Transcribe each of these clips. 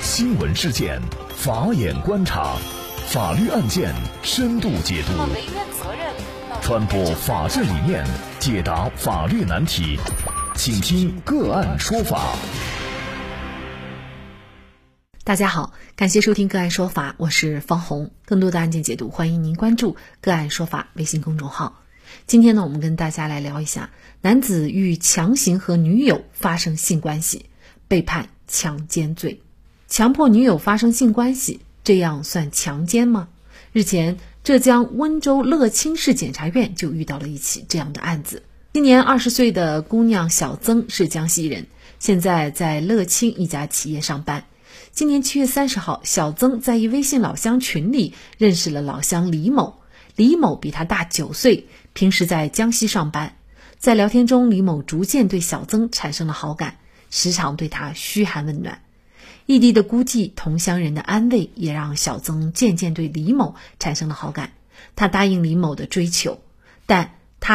新闻事件，法眼观察，法律案件深度解读，传播法治理念，解答法律难题，请听个案说法。 大家好，感谢收听个案说法，我是方红。更多的案件解读，欢迎您关注个案说法微信公众号。今天呢，我们跟大家来聊一下，男子欲强行和女友发生性关系，被判强奸罪。强迫女友发生性关系，这样算强奸吗？日前，浙江温州乐清市检察院就遇到了一起这样的案子。今年20岁的姑娘小曾是江西人，现在在乐清一家企业上班。今年7月30号，小曾在一微信老乡群里认识了老乡李某。李某比他大9岁，平时在江西上班。在聊天中，李某逐渐对小曾产生了好感，时常对他嘘寒问暖。异地的孤寂，同乡人的安慰，也让小曾渐渐对李某产生了好感。他答应李某的追求，但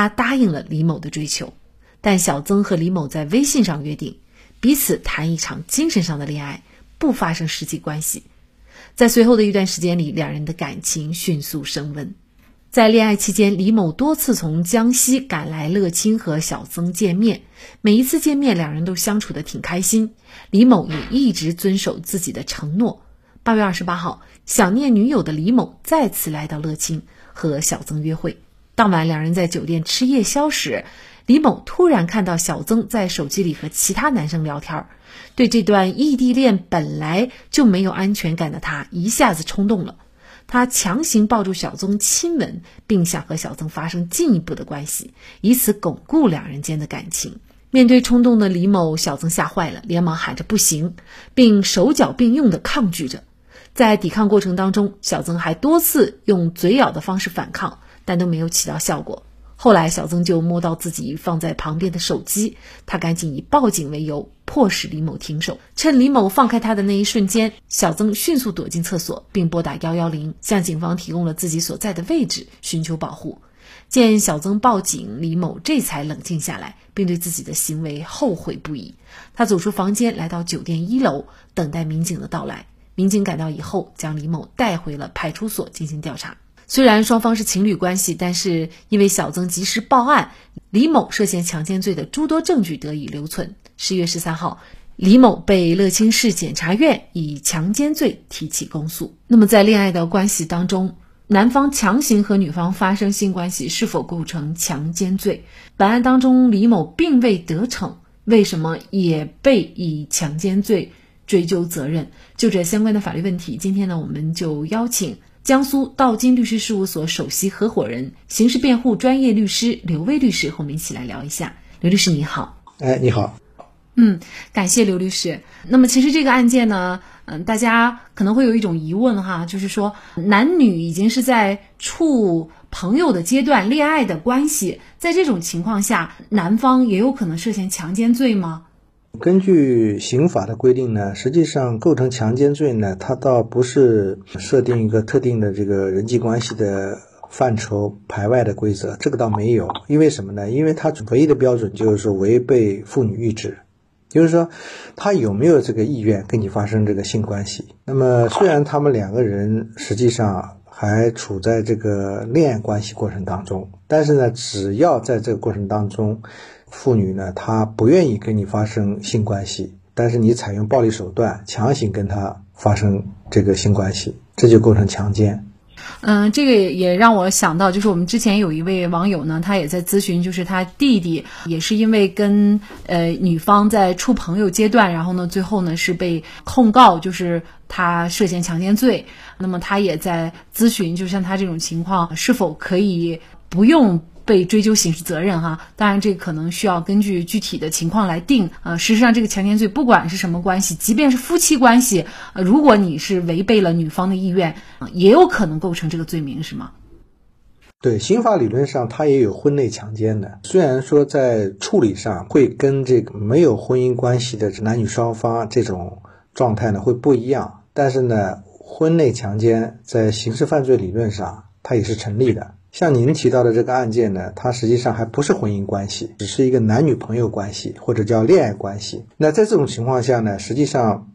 小曾和李某在微信上约定，彼此谈一场精神上的恋爱，不发生实际关系。在随后的一段时间里，两人的感情迅速升温。在恋爱期间，李某多次从江西赶来乐清和小曾见面，每一次见面两人都相处得挺开心，李某也一直遵守自己的承诺。8月28号，想念女友的李某再次来到乐清和小曾约会。当晚两人在酒店吃夜宵时，李某突然看到小曾在手机里和其他男生聊天，对这段异地恋本来就没有安全感的他一下子冲动了。他强行抱住小曾亲吻，并想和小曾发生进一步的关系，以此巩固两人间的感情。面对冲动的李某，小曾吓坏了，连忙喊着不行，并手脚并用地抗拒着。在抵抗过程当中，小曾还多次用嘴咬的方式反抗，但都没有起到效果。后来小曾就摸到自己放在旁边的手机，他赶紧以报警为由，迫使李某停手。趁李某放开他的那一瞬间，小曾迅速躲进厕所，并拨打110，向警方提供了自己所在的位置，寻求保护。见小曾报警，李某这才冷静下来，并对自己的行为后悔不已。他走出房间，来到酒店1楼，等待民警的到来。民警赶到以后，将李某带回了派出所进行调查。虽然双方是情侣关系，但是因为小曾及时报案，李某涉嫌强奸罪的诸多证据得以留存。10月13号，李某被乐清市检察院以强奸罪提起公诉。那么在恋爱的关系当中，男方强行和女方发生性关系是否构成强奸罪？本案当中，李某并未得逞，为什么也被以强奸罪追究责任？就这相关的法律问题，今天呢，我们就邀请江苏道金律师事务所首席合伙人、刑事辩护专业律师刘威律师和我们一起来聊一下。刘律师你好。 你好。 感谢刘律师。那么其实这个案件呢，大家可能会有一种疑问哈，就是说男女已经是在处朋友的阶段，恋爱的关系，在这种情况下，男方也有可能涉嫌强奸罪吗？ 根据刑法的规定呢，实际上构成强奸罪呢，它倒不是设定一个特定的这个人际关系的范畴排外的规则，这个倒没有。因为什么呢？因为它唯一的标准就是说违背妇女意志，就是说他有没有这个意愿跟你发生这个性关系。那么虽然他们两个人实际上还处在这个恋爱关系过程当中，但是呢，只要在这个过程当中妇女呢，她不愿意跟你发生性关系，但是你采用暴力手段强行跟她发生这个性关系，这就构成强奸。 这个也让我想到，就是我们之前有一位网友呢，他也在咨询，就是他弟弟也是因为跟女方在处朋友阶段，然后呢最后呢是被控告，就是他涉嫌强奸罪。那么他也在咨询，就像他这种情况是否可以不用被追究刑事责任哈。当然这个可能需要根据具体的情况来定。事实上这个强奸罪不管是什么关系，即便是夫妻关系，如果你是违背了女方的意愿，也有可能构成这个罪名，是吗？ 对，刑法理论上它也有婚内强奸的，虽然说在处理上会跟这个没有婚姻关系的男女双方这种状态呢会不一样，但是呢婚内强奸在刑事犯罪理论上它也是成立的。像您提到的这个案件呢，它实际上还不是婚姻关系，只是一个男女朋友关系或者叫恋爱关系。那在这种情况下呢，实际上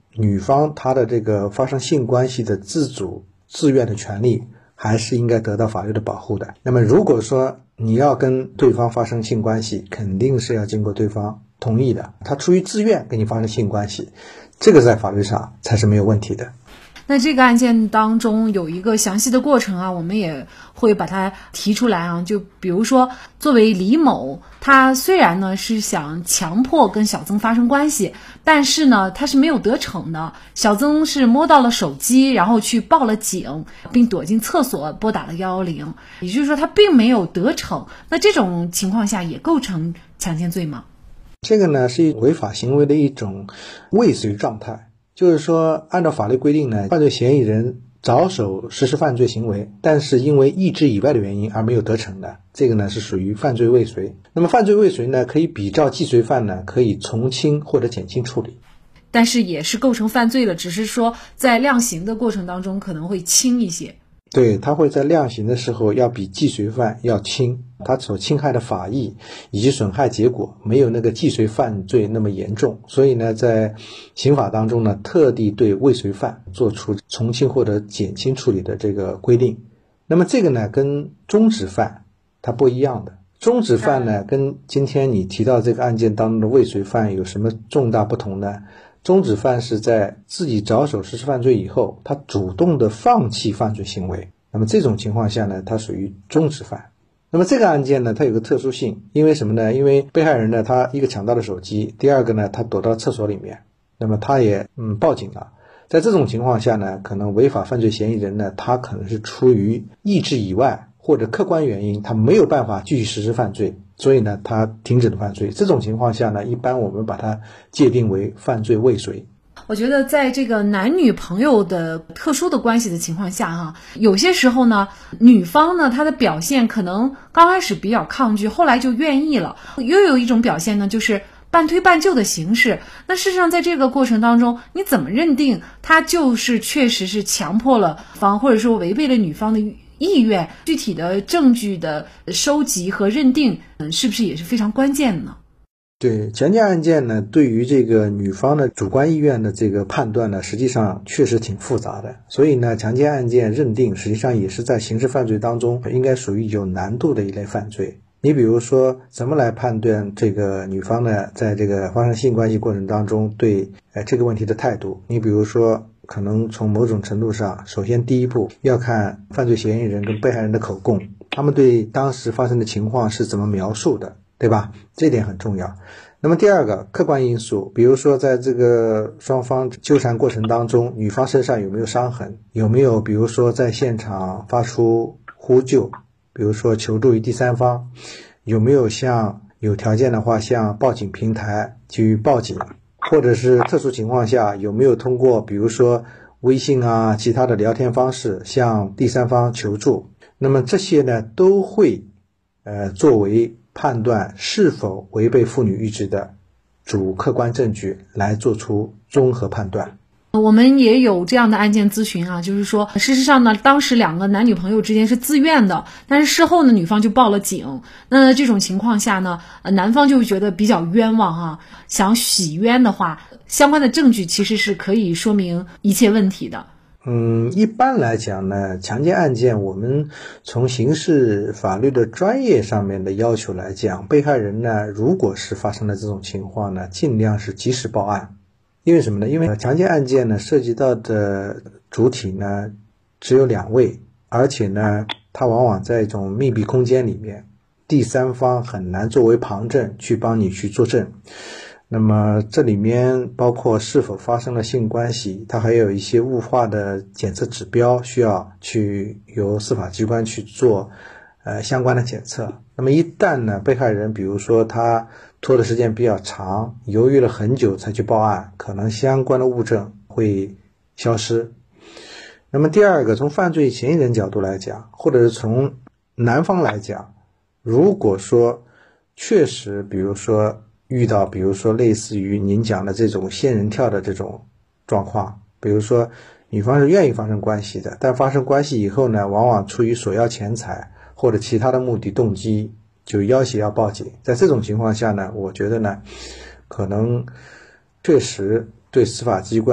女方她的这个发生性关系的自主自愿的权利还是应该得到法律的保护的。那么如果说你要跟对方发生性关系，肯定是要经过对方同意的，他出于自愿跟你发生性关系，这个在法律上才是没有问题的。 那这个案件当中有一个详细的过程啊，我们也会把它提出来啊。就比如说，作为李某，他虽然呢是想强迫跟小曾发生关系，但是呢他是没有得逞的。小曾是摸到了手机，然后去报了警，并躲进厕所拨打了110，也就是说他并没有得逞。那这种情况下也构成强奸罪吗？ 这个呢是违法行为的一种未遂状态。就是说按照法律规定呢，犯罪嫌疑人着手实施犯罪行为，但是因为意志以外的原因而没有得逞的，这个呢是属于犯罪未遂。那么犯罪未遂呢，可以比照既遂犯呢，可以从轻或者减轻处理， 但是也是构成犯罪了，只是说在量刑的过程当中可能会轻一些。 对，他会在量刑的时候要比既遂犯要轻，他所侵害的法益以及损害结果没有那个既遂犯罪那么严重，所以呢在刑法当中呢特地对未遂犯做出从轻或者减轻处理的这个规定。那么这个呢跟中止犯它不一样的，中止犯呢跟今天你提到这个案件当中的未遂犯有什么重大不同呢？中止犯是在自己着手实施犯罪以后，他主动的放弃犯罪行为，那么这种情况下呢，他属于中止犯。那么这个案件呢，它有个特殊性，因为什么呢？因为被害人呢，他一个抢到了手机，第二个呢，他躲到厕所里面，那么他也报警了。在这种情况下呢，可能违法犯罪嫌疑人呢，他可能是出于意志以外或者客观原因，他没有办法继续实施犯罪，所以呢他停止了犯罪。这种情况下呢，一般我们把它界定为犯罪未遂。 我觉得在这个男女朋友的特殊的关系的情况下哈，有些时候呢，女方呢她的表现可能刚开始比较抗拒，后来就愿意了。又有一种表现呢，就是半推半就的形式。那事实上在这个过程当中，你怎么认定他就是确实是强迫了方，或者说违背了女方的意愿？具体的证据的收集和认定，是不是也是非常关键的呢？ 对，强奸案件呢，对于这个女方的主观意愿的这个判断呢，实际上确实挺复杂的。所以呢，强奸案件认定实际上也是在刑事犯罪当中应该属于有难度的一类犯罪。你比如说，怎么来判断这个女方呢，在这个发生性关系过程当中对这个问题的态度？你比如说，可能从某种程度上，首先第一步要看犯罪嫌疑人跟被害人的口供，他们对当时发生的情况是怎么描述的，对吧？这点很重要。那么第二个客观因素，比如说在这个双方纠缠过程当中，女方身上有没有伤痕，有没有比如说在现场发出呼救，比如说求助于第三方，有没有像有条件的话向报警平台去报警，或者是特殊情况下有没有通过比如说微信啊其他的聊天方式向第三方求助。那么这些呢都会作为判断是否违背妇女意志的主客观证据来做出综合判断。 我们也有这样的案件咨询啊，就是说事实上呢，当时两个男女朋友之间是自愿的，但是事后呢女方就报了警。那这种情况下呢，男方就觉得比较冤枉啊，想洗冤的话，相关的证据其实是可以说明一切问题的。 一般来讲呢，强奸案件我们从刑事法律的专业上面的要求来讲，被害人呢如果是发生了这种情况呢，尽量是及时报案。因为什么呢？因为强奸案件呢涉及到的主体呢只有2位，而且呢它往往在一种密闭空间里面，第三方很难作为旁证去帮你去作证。那么这里面包括是否发生了性关系，它还有一些物化的检测指标需要去由司法机关去做相关的检测。那么一旦呢被害人比如说他拖的时间比较长，犹豫了很久才去报案，可能相关的物证会消失。那么第二个，从犯罪嫌疑人角度来讲，或者是从男方来讲，如果说确实比如说遇到比如说类似于您讲的这种仙人跳的这种状况，比如说女方是愿意发生关系的，但发生关系以后呢，往往出于索要钱财或者其他的目的动机，就要挟要报警。在这种情况下呢，我觉得呢，可能确实对司法机关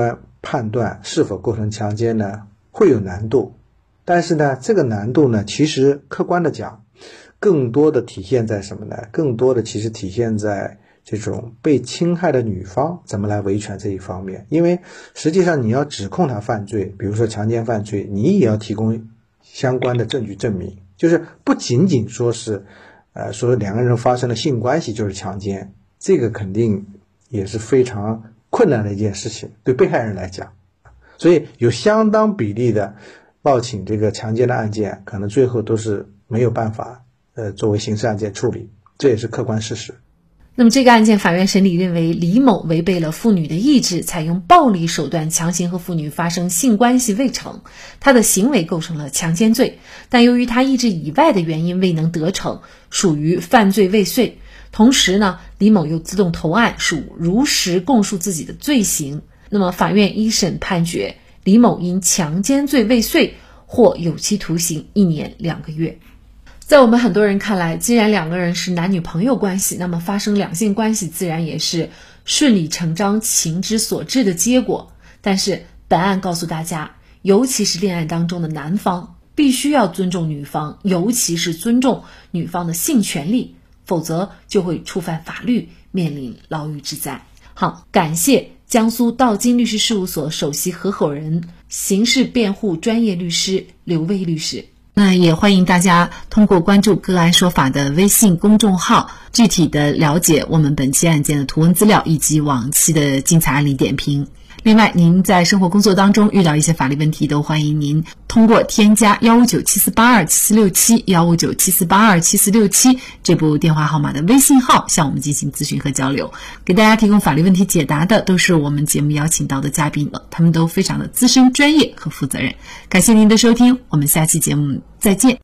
判断是否构成强奸呢，会有难度。但是呢，这个难度呢，其实客观的讲，更多的体现在什么呢？更多的其实体现在这种被侵害的女方怎么来维权这一方面。因为实际上你要指控他犯罪，比如说强奸犯罪，你也要提供相关的证据证明，就是不仅仅说是说两个人发生了性关系就是强奸，这个肯定也是非常困难的一件事情，对被害人来讲。所以有相当比例的报请这个强奸的案件，可能最后都是没有办法作为刑事案件处理，这也是客观事实。 那么这个案件法院审理认为，李某违背了妇女的意志，采用暴力手段强行和妇女发生性关系未成，他的行为构成了强奸罪，但由于他意志以外的原因未能得逞，属于犯罪未遂。同时呢，李某又自动投案，属如实供述自己的罪行。那么法院一审判决李某因强奸罪未遂，获有期徒刑1年2个月。在我们很多人看来，既然两个人是男女朋友关系，那么发生两性关系自然也是顺理成章、情之所至的结果。但是本案告诉大家，尤其是恋爱当中的男方，必须要尊重女方，尤其是尊重女方的性权利，否则就会触犯法律，面临牢狱之灾。好，感谢江苏道金律师事务所首席合伙人、刑事辩护专业律师刘薇律师。那也欢迎大家通过关注个案说法的微信公众号，具体的了解我们本期案件的图文资料以及往期的精彩案例点评。另外，您在生活工作当中遇到一些法律问题，都欢迎您通过添加15974827467 15974827467这部电话号码的微信号向我们进行咨询和交流。给大家提供法律问题解答的都是我们节目邀请到的嘉宾了，他们都非常的资深、专业和负责任。感谢您的收听，我们下期节目再见。